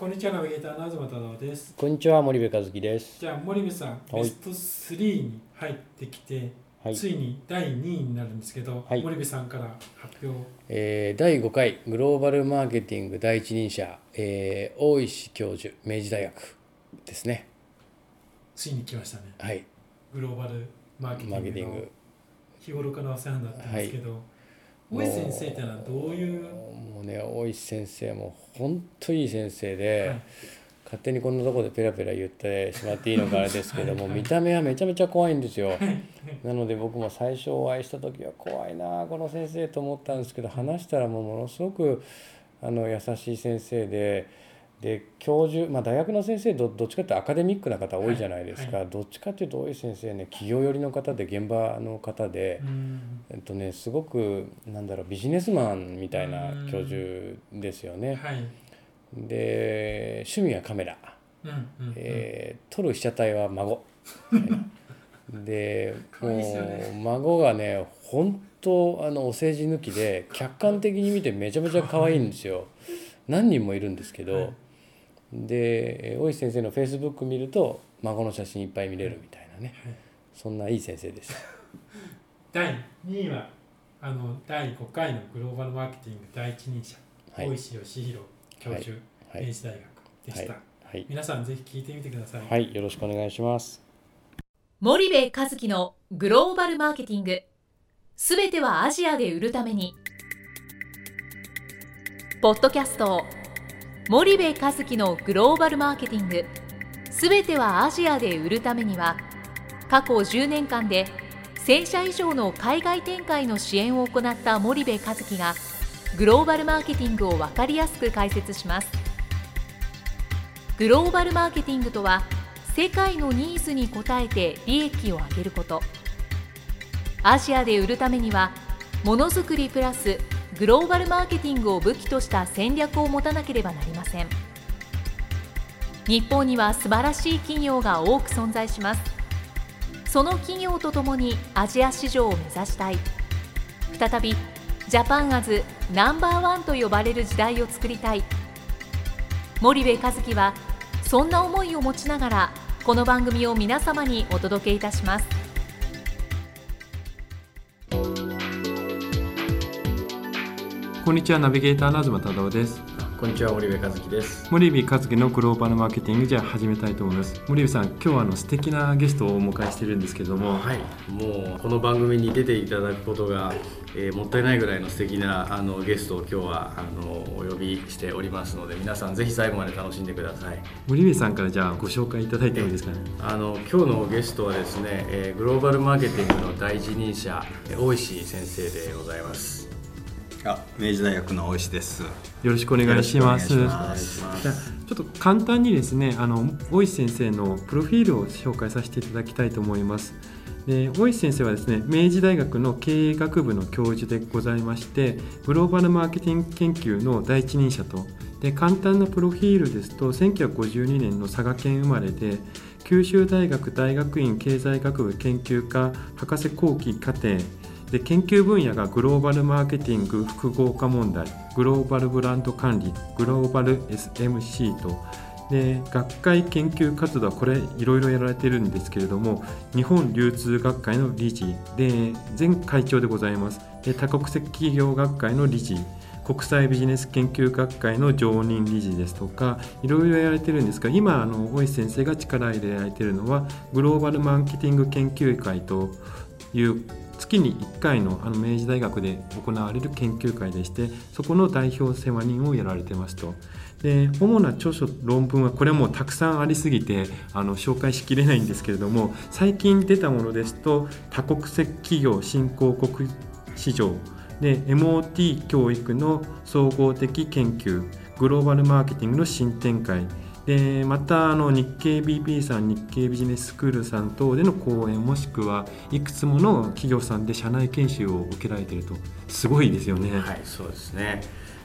こんにちは、ナビゲーターの東太郎です。 こんにちは、森部和樹です。 じゃあ森部さん、ベスト3に入ってきて、ついに第2位になるんですけど、森部さんから発表。 第5回グローバルマーケティング第一人者、大石教授、明治大学ですね。 ついに来ましたね。 はい。 グローバルマーケティングの日頃からお世話になってますけど、大石先生ってのはどういう？ もうね、大石先生も本当いい先生で、勝手にこんなところでペラペラ言ってしまっていいのかあれですけども、見た目はめちゃめちゃ怖いんですよ。なので僕も最初お会いした時は怖いなこの先生と思ったんですけど、話したらものすごく優しい先生で教授、大学の先生 どっちかってアカデミックな方多いじゃないですか。どっちかっていうと大石先生ね、企業寄りの方で現場の方で、すごくビジネスマンみたいな教授ですよね。で趣味はカメラ、撮る被写体は孫でもう孫がね本当お世辞抜きで客観的に見てめちゃめちゃ可愛いんですよ。何人もいるんですけど、で大石先生のフェイスブック見ると孫の写真いっぱい見れるみたいなね、そんないい先生でした。 第2位は第5回のグローバルマーケティング第一人者、大石義弘教授、明治大学でした。皆さんぜひ聞いてみてください。 はい、よろしくお願いします。 森部一樹のグローバルマーケティング、すべてはアジアで売るために。ポッドキャスト森部一樹のグローバルマーケティング、すべてはアジアで売るためには、過去10年間で1000社以上の海外展開の支援を行った森部一樹がグローバルマーケティングを分かりやすく解説します。グローバルマーケティングとは、世界のニーズに応えて利益を上げること。アジアで売るためには、ものづくりプラスグローバルマーケティングを武器とした戦略を持たなければなりません。日本には素晴らしい企業が多く存在します。その企業とともにアジア市場を目指したい。再びジャパンアズナンバーワンと呼ばれる時代を作りたい。森部一樹はそんな思いを持ちながら、この番組を皆様にお届けいたします。 こんにちは、ナビゲーターの東太郎です。 こんにちは、森部和樹です。 森部和樹のグローバルマーケティング、じゃあ始めたいと思います。森部さん、今日は素敵なゲストをお迎えしているんですけれども、 はい、もうこの番組に出ていただくことが、もったいないぐらいの素敵なゲストを今日はお呼びしておりますので、皆さんぜひ最後まで楽しんでください。 森部さんからじゃあご紹介いただいてもいいですかね。 今日のゲストはですね、グローバルマーケティングの第一人者、大石先生でございます。 明治大学の大石です。 よろしくお願いします。じゃあちょっと簡単にですね、大石先生のプロフィールを紹介させていただきたいと思います。で、大石先生はですね、明治大学の経営学部の教授でございまして、グローバルマーケティング研究の第一人者と、で簡単なプロフィールですと、1952年の佐賀県生まれで、九州大学大学院経済学部研究科博士後期課程で、研究分野がグローバルマーケティング複合化問題、グローバルブランド管理、グローバル SMC と、で学会研究活動はこれいろいろやられているんですけれども、日本流通学会の理事で前会長でございます。で多国籍企業学会の理事、国際ビジネス研究学会の常任理事ですとか、いろいろやられているんですが、今大石先生が力入れられているのはグローバルマーケティング研究会という月に1回の明治大学で行われる研究会でして、そこの代表世話人をやられてますと。で主な著書論文はこれはもうたくさんありすぎて紹介しきれないんですけれども、最近出たものですと、多国籍企業新興国市場で MOT 教育の総合的研究、グローバルマーケティングの新展開で、また日経 BP さん、日経ビジネススクールさん等での講演、もしくはいくつもの企業さんで社内研修を受けられていると。すごいですよね。 はい、そうですね。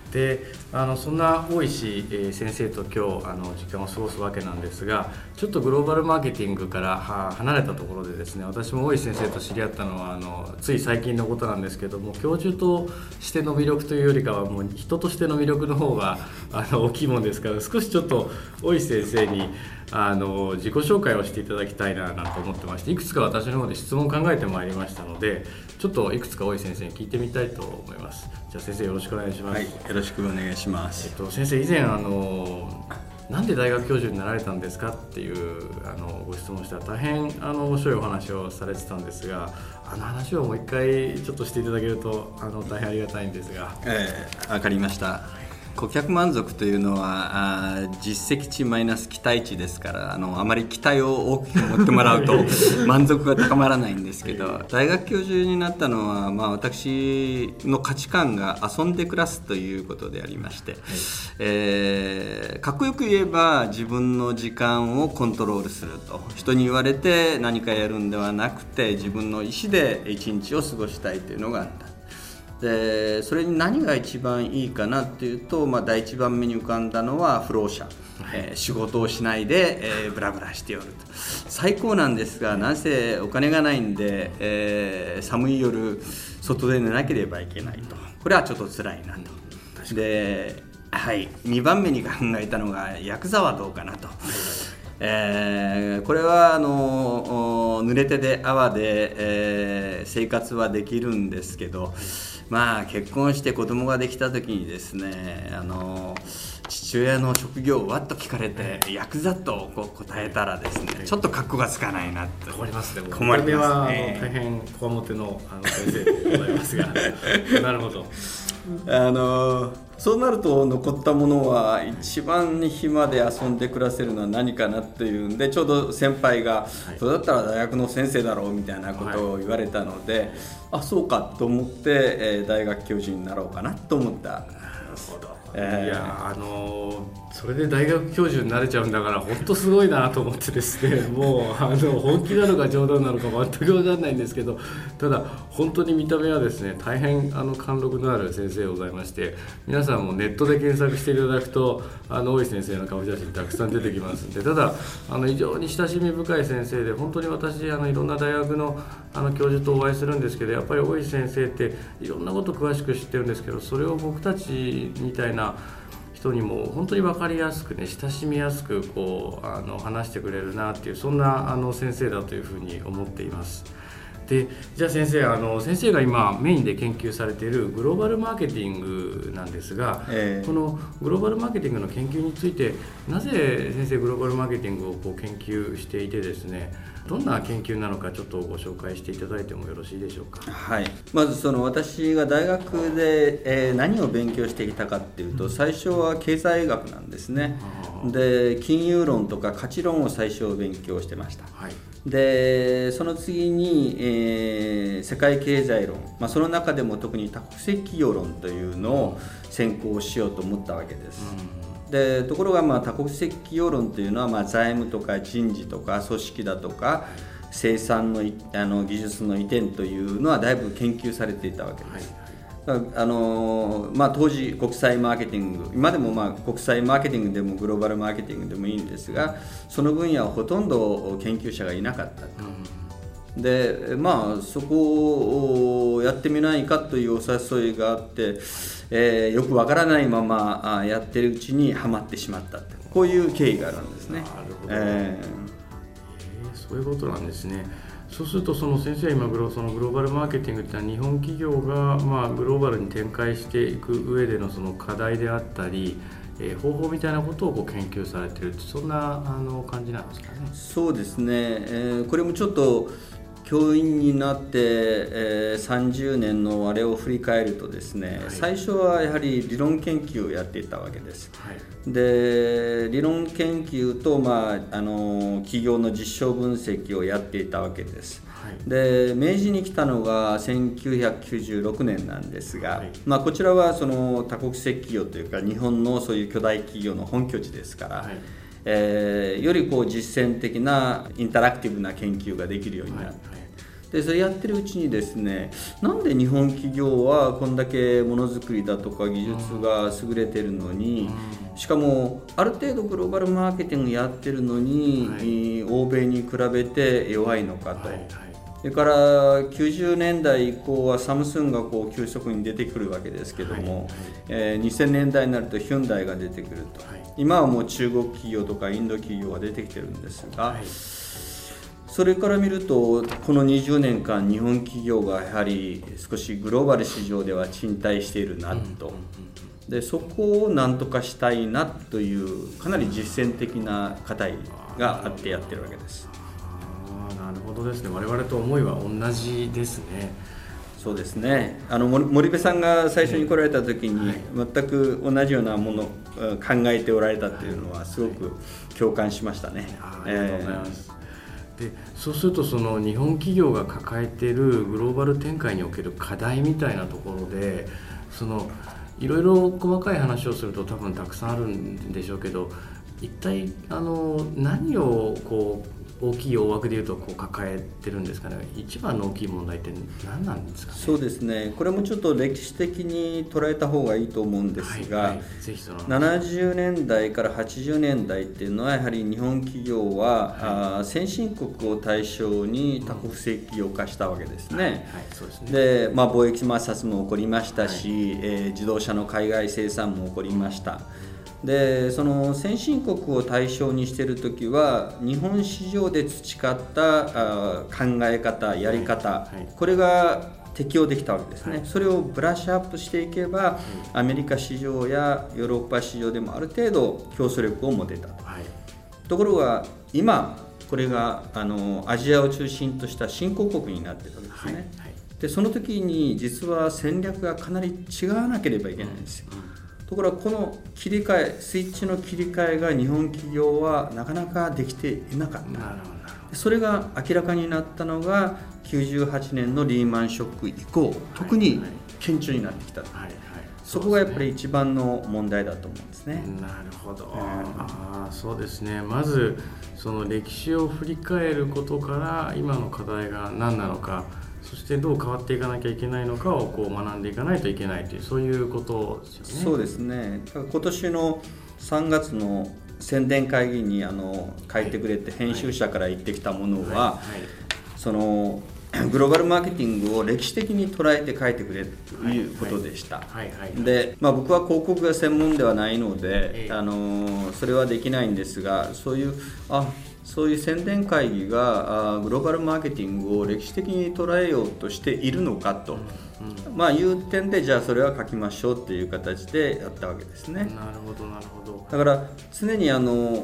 でそんな大石先生と今日時間を過ごすわけなんですが、ちょっとグローバルマーケティングから離れたところでですね、私も大石先生と知り合ったのはつい最近のことなんですけども、教授としての魅力というよりかはもう人としての魅力の方が大きいものですから、少しちょっと大石先生に自己紹介をしていただきたいなと思ってまして、いくつか私の方で質問を考えてまいりましたので、ちょっといくつか大石先生に聞いてみたいと思います。じゃあ先生よろしくお願いします。 はい、よろしくお願いします。 先生以前なんで大学教授になられたんですかっていうご質問したら大変面白いお話をされてたんですが、話をもう一回ちょっとしていただけると大変ありがたいんですが。 わかりました。顧客満足というのは実績値マイナス期待値ですから、あまり期待を大きく持ってもらうと満足が高まらないんですけど、大学教授になったのは、私の価値観が遊んで暮らすということでありまして、かっこよく言えば自分の時間をコントロールすると、人に言われて何かやるんではなくて自分の意思で一日を過ごしたいというのがあった。でそれに何が一番いいかなっていうと、第一番目に浮かんだのは不労者、仕事をしないで、ブラブラしておると最高なんですが、なぜお金がないんで、寒い夜外で寝なければいけないと、これはちょっと辛いなと。で、2番目に考えたのがヤクザはどうかなと。これは濡れ手で泡で、生活はできるんですけど、結婚して子供ができた時にですね、父親の職業はと聞かれてヤクザと答えたらですね、ちょっと格好がつかないなと。 困りますね。 困りますね。 大変こわもての先生でございますがなるほど。 そうなると残ったものは一番暇で遊んで暮らせるのは何かなっていうんで、ちょうど先輩が、それだったら大学の先生だろうみたいなことを言われたので、そうかと思って、大学教授になろうかなと思った。 なるほど。いやそれで大学教授になれちゃうんだから本当すごいなと思ってですね、もう本気なのか冗談なのか全く分かんないんですけど、ただ本当に見た目はですね大変貫禄のある先生でございまして、皆さんもネットで検索していただくと大石先生の顔写真たくさん出てきますんで、ただ非常に親しみ深い先生で、本当に私いろんな大学の教授とお会いするんですけど、やっぱり大石先生っていろんなこと詳しく知ってるんですけど、それを僕たちみたいな人にも本当に分かりやすくね、親しみやすく話してくれるなっていう、そんな先生だというふうに思っています。でじゃあ先生、先生が今メインで研究されているグローバルマーケティングなんですが、このグローバルマーケティングの研究について、なぜ先生グローバルマーケティングを研究していてですね、どんな研究なのかちょっとご紹介していただいてもよろしいでしょうか。 はい、まず私が大学で、何を勉強してきたかっていうと、最初は経済学なんですね。で金融論とか価値論を最初勉強してました。でその次に、世界経済論、その中でも特に多国籍企業論というのを専攻しようと思ったわけです。でところが多国籍企業論というのは財務とか人事とか組織だとか生産の技術の移転というのはだいぶ研究されていたわけです。当時国際マーケティング、今でも国際マーケティングでもグローバルマーケティングでもいいんですが、その分野はほとんど研究者がいなかったと。でそこをやってみないかというお誘いがあって、よくわからないままやってるうちにはまってしまったと、こういう経緯があるんですね。 なるほど、そういうことなんですね。そうするとその先生は今そのグローバルマーケティングってのは日本企業がグローバルに展開していく上でのその課題であったり、方法みたいなことを研究されている、そんな感じなんですかね。 そうですね、これもちょっと教員になって、30年のあれを振り返るとですね、最初はやはり理論研究をやっていたわけです。で理論研究と、企業の実証分析をやっていたわけです。で明治に来たのが1996年なんですが、こちらはその多国籍企業というか日本のそういう巨大企業の本拠地ですから、より実践的なインタラクティブな研究ができるようになった。 でそれやってるうちにですね、なんで日本企業はこんだけものづくりだとか技術が優れてるのに、しかもある程度グローバルマーケティングやってるのに、欧米に比べて弱いのかと。それから90年代以降はサムスンがこう急速に出てくるわけですけども、2000年代になるとヒュンダイが出てくると、今はもう中国企業とかインド企業が出てきてるんですが、それから見るとこの20年間日本企業がやはり少しグローバル市場では沈滞しているなと、でそこを何とかしたいなというかなり実践的な課題があってやってるわけです。 なるほどですね。我々と思いは同じですね。 そうですね。森部さんが最初に来られた時に全く同じようなものを考えておられたっていうのはすごく共感しましたね。 ありがとうございます。でそうするとその日本企業が抱えているグローバル展開における課題みたいなところで、いろいろ細かい話をすると多分たくさんあるんでしょうけど、一体何をこう大きい大枠でいうとこう抱えてるんですかね。一番の大きい問題って何なんですかね。 そうですね、これもちょっと歴史的に捉えた方がいいと思うんですが、 ぜひ 70年代から80年代っていうのはやはり日本企業は、先進国を対象に多国籍を化したわけですね。で、貿易摩擦も起こりましたし、自動車の海外生産も起こりました。でその先進国を対象にしているときは日本市場で培った考え方やり方、これが適用できたわけですね。それをブラッシュアップしていけばアメリカ市場やヨーロッパ市場でもある程度競争力を持てたと、ところが今これがアジアを中心とした新興国になっているわけですね。でその時に実は戦略がかなり違わなければいけないんですよ。ところがこの切り替え、スイッチの切り替えが日本企業はなかなかできていなかった。それが明らかになったのが98年のリーマンショック以降、特に顕著になってきた。そこがやっぱり一番の問題だと思うんですね。 なるほど。そうですね。まずその歴史を振り返ることから今の課題が何なのか、そしてどう変わっていかなきゃいけないのかをこう学んでいかないといけないという、そういうことですよね。 そうですね。今年の3月の宣伝会議に書いてくれて編集者から言ってきたものは、そのグローバルマーケティングを歴史的に捉えて書いてくれということでした。で、僕は広告が専門ではないので、それはできないんですが、そういう宣伝会議がグローバルマーケティングを歴史的に捉えようとしているのかと、いう点でじゃあそれは書きましょうという形でやったわけですね。 なるほどなるほど。 だから常に我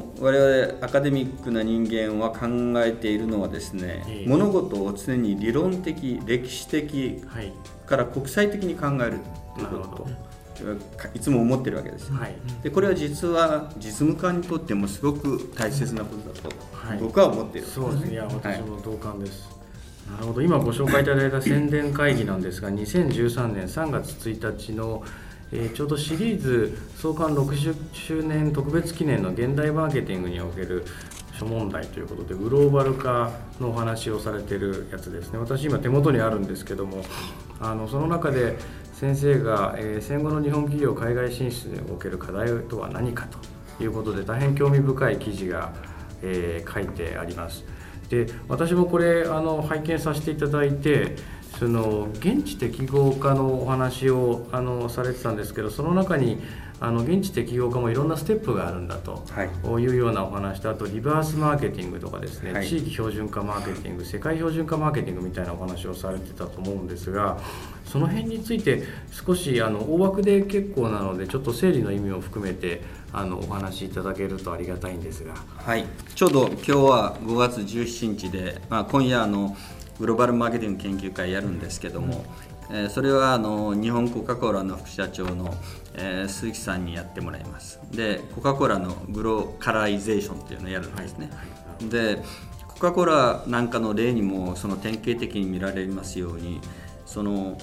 々アカデミックな人間は考えているのはですね、物事を常に理論的、歴史的から国際的に考えるということといつも思ってるわけです。でこれは実は実務家にとってもすごく大切なことだと、僕は思っている。 そうですね。私も同感です。なるほど。今ご紹介いただいた宣伝会議なんですが、2013年3月1日の、ちょうどシリーズ創刊60周年特別記念の現代マーケティングにおける諸問題ということでグローバル化のお話をされているやつですね。私今手元にあるんですけども、その中で先生が、戦後の日本企業海外進出における課題とは何かということで大変興味深い記事が、書いてあります。で私もこれ拝見させていただいて、その現地適合化のお話をされてたんですけど、その中に現地適合化もいろんなステップがあるんだというようなお話と、あとリバースマーケティングとかですね、地域標準化マーケティング、世界標準化マーケティングみたいなお話をされてたと思うんですが、その辺について少し大枠で結構なのでちょっと整理の意味を含めてお話しいただけるとありがたいんですが。 ちょうど今日は5月17日で、今夜グローバルマーケティング研究会やるんですけども、それは日本コカ・コーラの副社長の、鈴木さんにやってもらいます。でコカ・コーラのグローカライゼーションっていうのをやるんですね。でコカ・コーラなんかの例にもその典型的に見られますように、その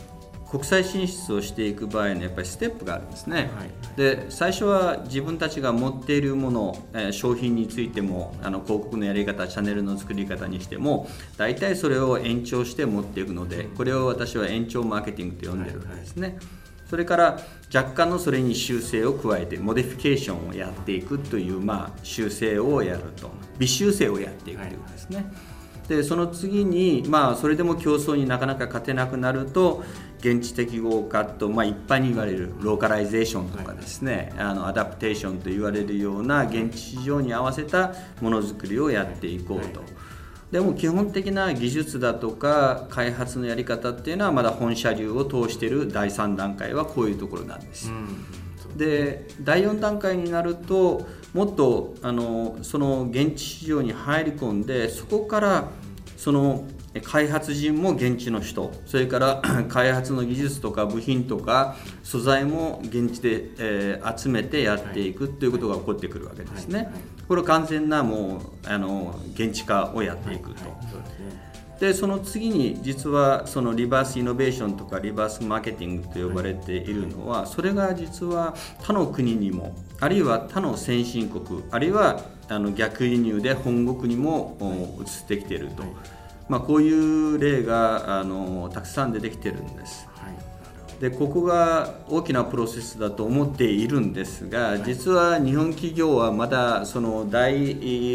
国際進出をしていく場合のやっぱりステップがあるんですね。で最初は自分たちが持っているもの、商品についても広告のやり方、チャンネルの作り方にしても大体それを延長して持っていくので、これを私は延長マーケティングと呼んでるわけですね。それから若干のそれに修正を加えてモディフィケーションをやっていくという、修正をやると、微修正をやっていくということですね。でその次に、それでも競争になかなか勝てなくなると現地適合化と、一般に言われるローカライゼーションとかですね、アダプテーションと言われるような現地市場に合わせたものづくりをやっていこうと。でも基本的な技術だとか開発のやり方っていうのはまだ本社流を通している第3段階はこういうところなんです。で第4段階になるともっとその現地市場に入り込んで、そこからその開発陣も現地の人、それから開発の技術とか部品とか素材も現地で、集めてやっていくということが起こってくるわけですね。これは完全なもう現地化をやっていくと。でその次に実はそのリバースイノベーションとかリバースマーケティングと呼ばれているのは、それが実は他の国にも、あるいは他の先進国、あるいは逆輸入で本国にも移ってきていると、こういう例がたくさん出てきているんです。でここが大きなプロセスだと思っているんですが、実は日本企業はまだその第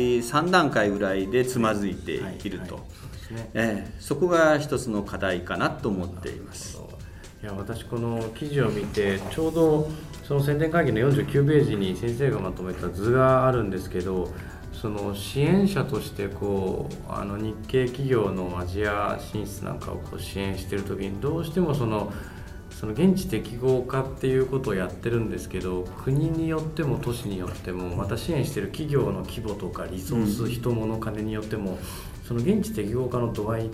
3段階ぐらいでつまずいていると。そこが一つの課題かなと思っています。 いや私この記事を見て、ちょうどその宣伝会議の49ページに先生がまとめた図があるんですけど、その支援者として日系企業のアジア進出なんかを支援しているときに、どうしてもその現地適合化っていうことをやってるんですけど、国によっても都市によっても、また支援している企業の規模とかリソース、人物金によってもその現地適合化の度合いって、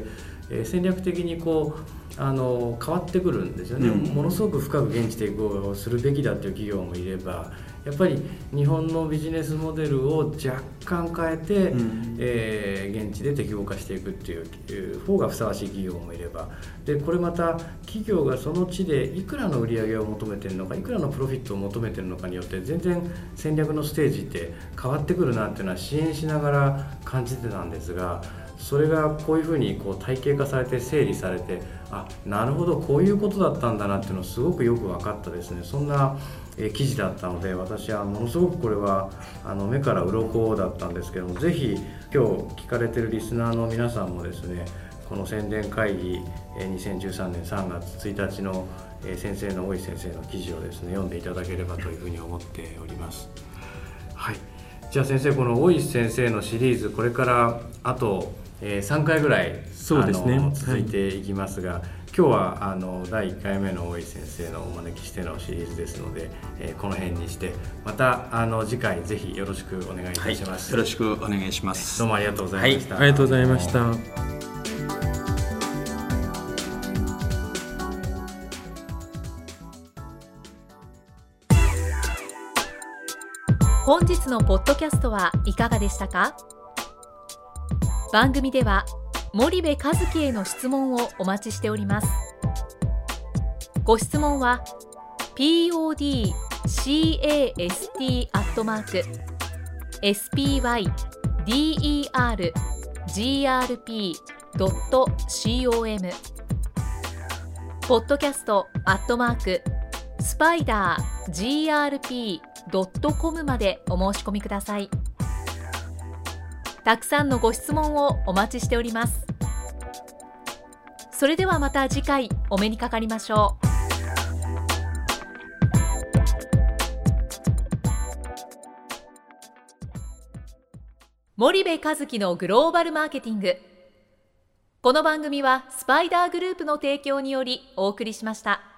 戦略的に変わってくるんですよね。ものすごく深く現地適合をするべきだという企業もいれば、やっぱり日本のビジネスモデルを若干変えて、現地で適合化していくっていう方がふさわしい企業もいれば、でこれまた企業がその地でいくらの売り上げを求めているのか、いくらのプロフィットを求めているのかによって全然戦略のステージって変わってくるなっていうのは支援しながら感じてたんですが、それがこういうふうに体系化されて整理されて、なるほどこういうことだったんだなっていうのをすごくよく分かったですね。そんな記事だったので、私はものすごくこれは目から鱗だったんですけども、ぜひ今日聞かれているリスナーの皆さんもですね、この宣伝会議2013年3月1日の先生の大石先生の記事をですね読んでいただければというふうに思っております。はい、じゃあ先生、この大石先生のシリーズ、これからあと3回ぐらいそうですね、 続いていきますが、今日は第1回目の大石先生のお招きしてのシリーズですので、この辺にして、また次回ぜひよろしくお願いいたします。 よろしくお願いします。 どうもありがとうございました。 ありがとうございました。 本日のポッドキャストはいかがでしたか？番組では森部一樹への質問をお待ちしております。ご質問は podcast@spydergrp.com podcast@spidergrp.com までお申し込みください。たくさんのご質問をお待ちしております。それではまた次回お目にかかりましょう。森部一樹のグローバルマーケティング。この番組はスパイダーグループの提供によりお送りしました。